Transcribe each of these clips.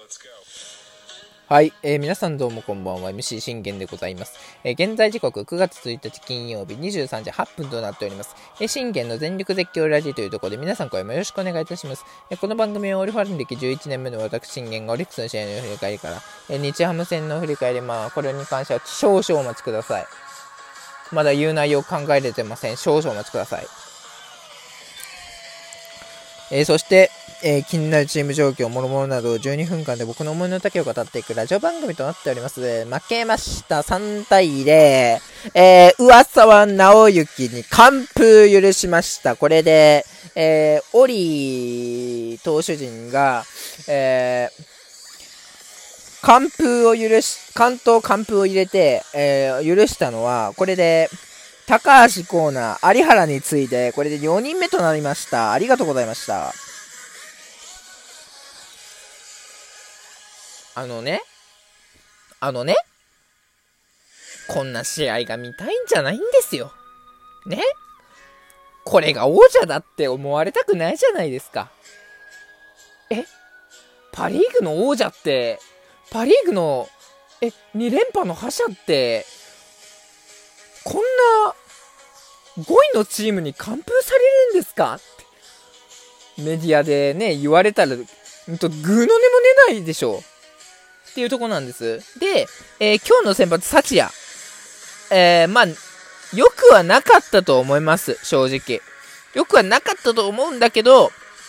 はい、皆さんどうもこんばんは。 MC 信玄でございます。現在時刻9月1日金曜日23時8分となっております。信玄の全力絶叫ラジオというところで皆さん声もよろしくお願いいたします。この番組はオリファル歴11年目の私信玄がオリックスの試合の振り返りから、日ハム戦の振り返り、これに関しては少々お待ちください。まだ言う内容考えれてません。少々お待ちください。そして、気になるチーム状況、もろもろなど12分間で僕の思いの丈を語っていくラジオ番組となっております。負けました3対0、上沢直之に完封許しました。これで、オリ投手陣が、完封を完封を入れて、許したのは、これで、高橋光成、有原に次いで、これで4人目となりました。ありがとうございました。あのね、こんな試合が見たいんじゃないんですよ。ね？これが王者だって思われたくないじゃないですか。パリーグの王者って、パリーグの、2連覇の覇者って、こんな5位のチームに完封されるんですかってメディアでね、言われたら、グーの音も出ないでしょう。っていうとこなんです。で、今日の先発、幸也。良くはなかったと思います、正直。良くはなかったと思うんだけど、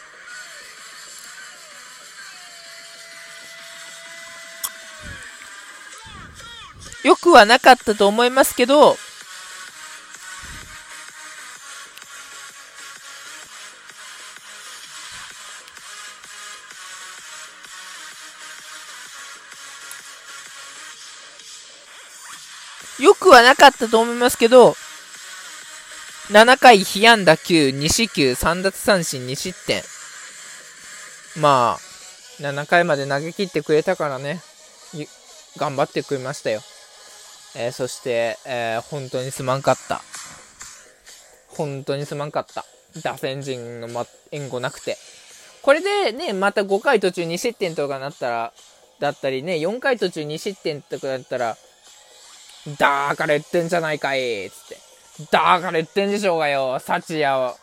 良くはなかったと思いますけど、よくはなかったと思いますけど、7回被安打9、2四球、3奪三振、2失点。7回まで投げ切ってくれたからね、頑張ってくれましたよ。そして、本当にすまんかった。本当にすまんかった。打線陣の援護なくて。これでね、また5回途中2失点とかなったら、だったりね、4回途中2失点とかだったら、だーから言ってんじゃないかいつって。だーから言ってんでしょうがよ、幸也を。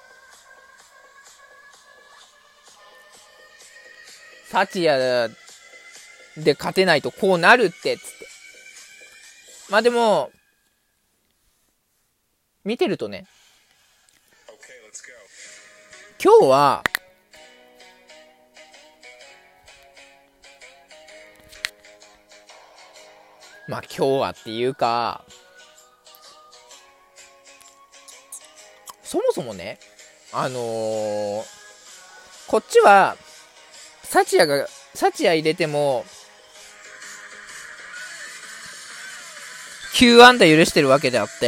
幸也で勝てないとこうなるってつって。でも、見てるとね、今日は、今日はっていうか、そもそもね、こっちは、幸也入れても、9安打許してるわけであって、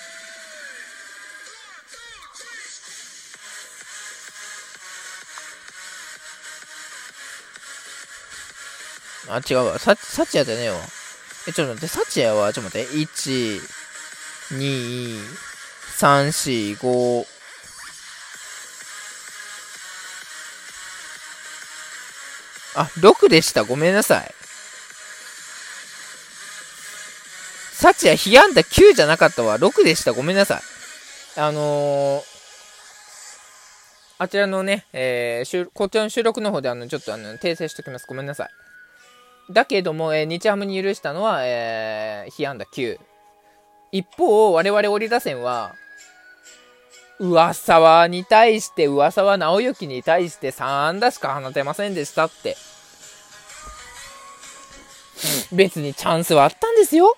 違うわ。幸也じゃねえわ。ちょっと待って、幸也は、ちょっと待って、1、2、3、4、5、6でした。ごめんなさい。幸也、被安打9じゃなかったわ。6でした。ごめんなさい。あちらのね、こちらの収録の方でちょっと訂正しておきます。ごめんなさい。だけども、日ハムに許したのは、被安打9。一方、我々オリ打線は、上沢直之に対して3安打しか放てませんでしたって。別にチャンスはあったんですよ。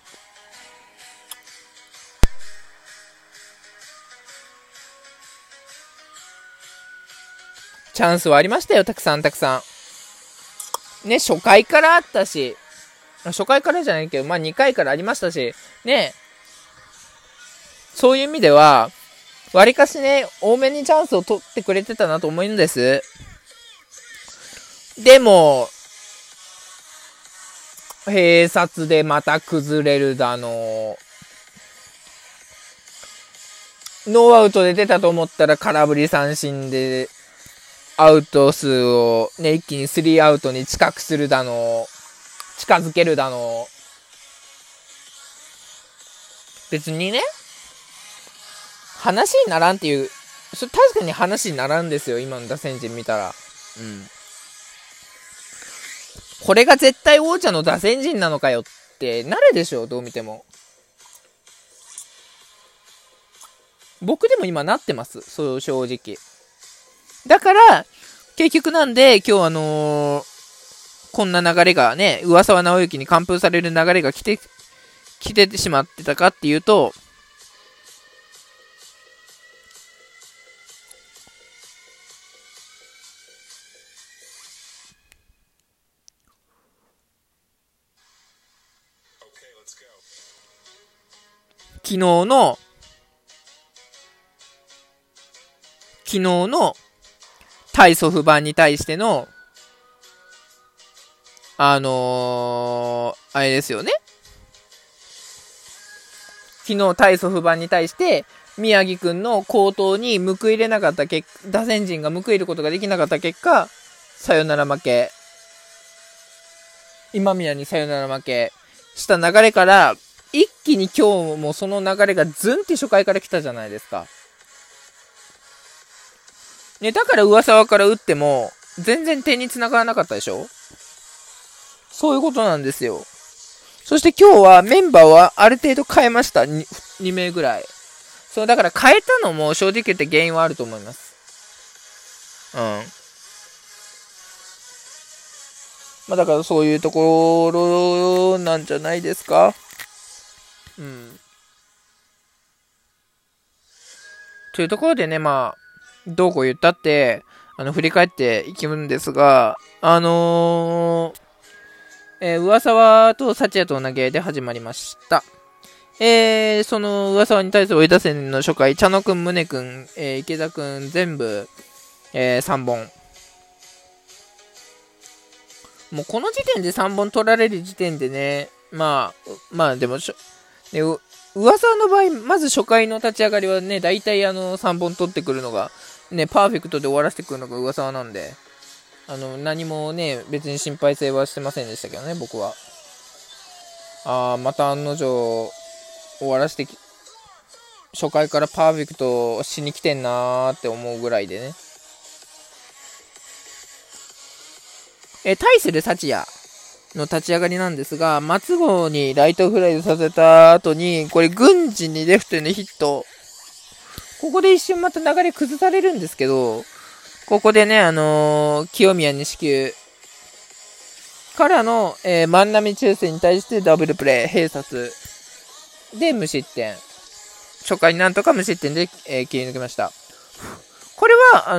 チャンスはありましたよ、たくさん。ね、初回からあったし、初回からじゃないけど、2回からありましたし、ね、そういう意味では、わりかしね、多めにチャンスを取ってくれてたなと思うんです。でも、併殺でまた崩れるだの。ノーアウトで出たと思ったら空振り三振でアウト数をね、一気に3アウトに近くするだの、近づけるだの、別にね、話にならんっていう、確かに話にならんですよ、今の打線陣見たら。うん。これが絶対王者の打線陣なのかよってなるでしょ、どう見ても。僕でも今なってます、そう正直。だから、結局なんで、今日こんな流れがね、上沢直之に完封される流れが来てしまってたかっていうと、昨日の対ソフ版に対しての、あれですよね。昨日対ソフ版に対して、宮城くんの好投に報い入れなかった打線陣が報いることができなかった結果、サヨナラ負け。今宮にサヨナラ負けした流れから、一気に今日もその流れがズンって初回から来たじゃないですか。ね、だから上沢から打っても、全然点に繋がらなかったでしょ？そういうことなんですよ。そして今日はメンバーはある程度変えました。2名ぐらい。そう、だから変えたのも正直言って原因はあると思います。うん。まあだからそういうところなんじゃないですか。うん。というところでね、まあ、どうこう言ったって、振り返っていくんですが、上沢と幸也と投げで始まりました。その上沢に対する追い打線の初回、茶野くん、宗くん、池田くん、全部、3本。もうこの時点で3本取られる時点でね、まあでもね、上沢の場合、まず初回の立ち上がりはね、大体3本取ってくるのが、ね、パーフェクトで終わらせてくるのが上沢なんで、何もね、別に心配性はしてませんでしたけどね、僕は。また案の定、終わらせて初回からパーフェクトしに来てんなーって思うぐらいでね。対する幸也の立ち上がりなんですが、松郷にライトフライさせた後に、これ、郡司にレフトへのヒット。ここで一瞬また流れ崩されるんですけど、ここでね、清宮西球からの、万波中正に対してダブルプレー、併殺で無失点。初回になんとか無失点で、切り抜けました。これ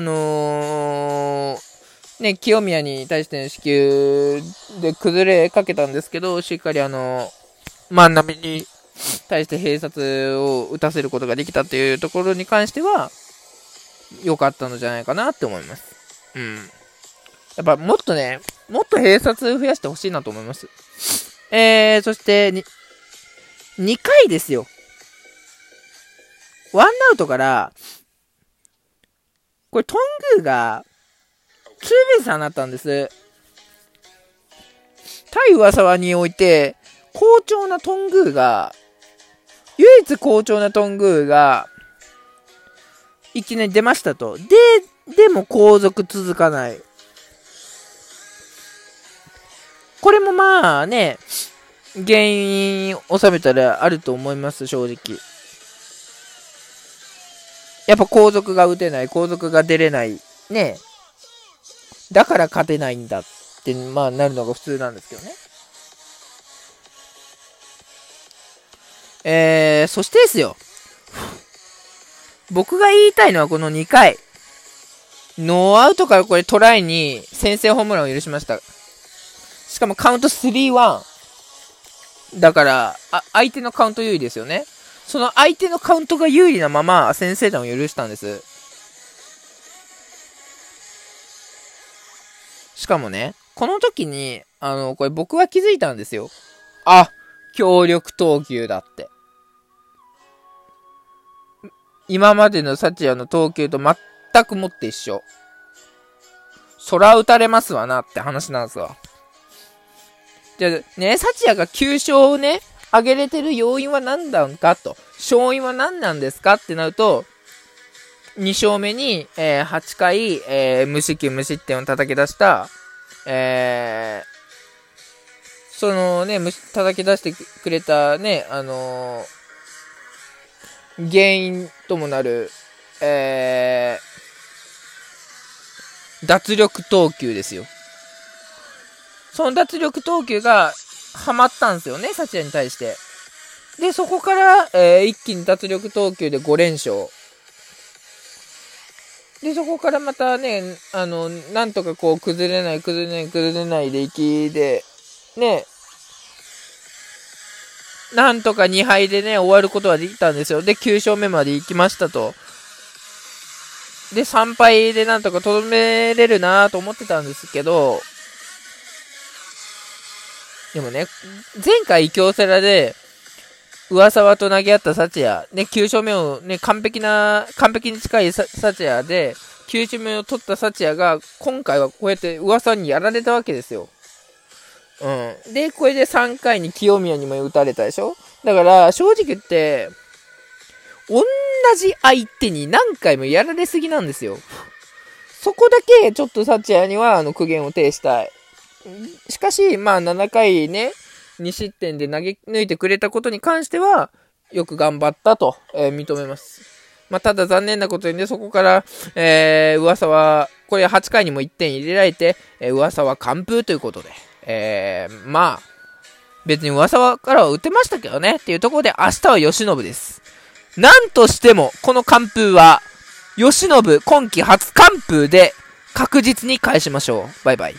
は、ね、清宮に対しての四球で崩れかけたんですけど、しっかり万波に対して併殺を打たせることができたというところに関しては、良かったのじゃないかなって思います。うん。やっぱもっと併殺増やしてほしいなと思います。そして2回ですよ。ワンアウトから、これ、頓宮が、ツーベースになったんです。対上沢において、好調な頓宮が、唯一好調な頓宮が、いきなり出ましたと。でも後続続かない。これもまあね、原因収めたらあると思います、正直。やっぱ後続が打てない、後続が出れない、ね。だから勝てないんだって、まあなるのが普通なんですけどね。そしてですよ。僕が言いたいのはこの2回。ノーアウトからこれトライに先制ホームランを許しました。しかもカウント 3-1。だから、相手のカウント有利ですよね。その相手のカウントが有利なまま先制点を許したんです。しかもね、この時に、これ僕は気づいたんですよ。強力投球だって。今までの幸也の投球と全くもって一緒。 空打たれますわなって話なんですわ。じゃあね、サチヤが9勝をね、上げれてる要因は何なんかと、勝因は何なんですかってなると、2勝目に、8回、無四球無失点を叩き出した、そのね、叩き出してくれたね、原因ともなる、脱力投球ですよ。その脱力投球がハマったんですよね、サチヤに対して。で、そこから、一気に脱力投球で5連勝。で、そこからまたね、なんとかこう、崩れないでいきで、ね、なんとか2敗でね、終わることはできたんですよ。で、9勝目まで行きましたと。で、3敗でなんとかとどめれるなと思ってたんですけど、でもね、前回京セラで、上沢と投げ合ったサチヤ、ね、9勝目をね、完璧に近いサチヤで、9勝目を取ったサチヤが、今回はこうやって上沢にやられたわけですよ。うん。で、これで3回に清宮にも打たれたでしょ。だから、正直言って、同じ相手に何回もやられすぎなんですよ。そこだけ、ちょっとサチヤには、苦言を呈したい。しかし、まあ、7回ね、2失点で投げ抜いてくれたことに関しては、よく頑張ったと、認めます。まあ、ただ残念なことにね、そこから、噂は、これ8回にも1点入れられて、噂は完封ということで、まあ、別に噂はからは打てましたけどね、っていうところで、明日は吉信です。なんとしても、この完封は、吉信今季初完封で確実に返しましょう。バイバイ。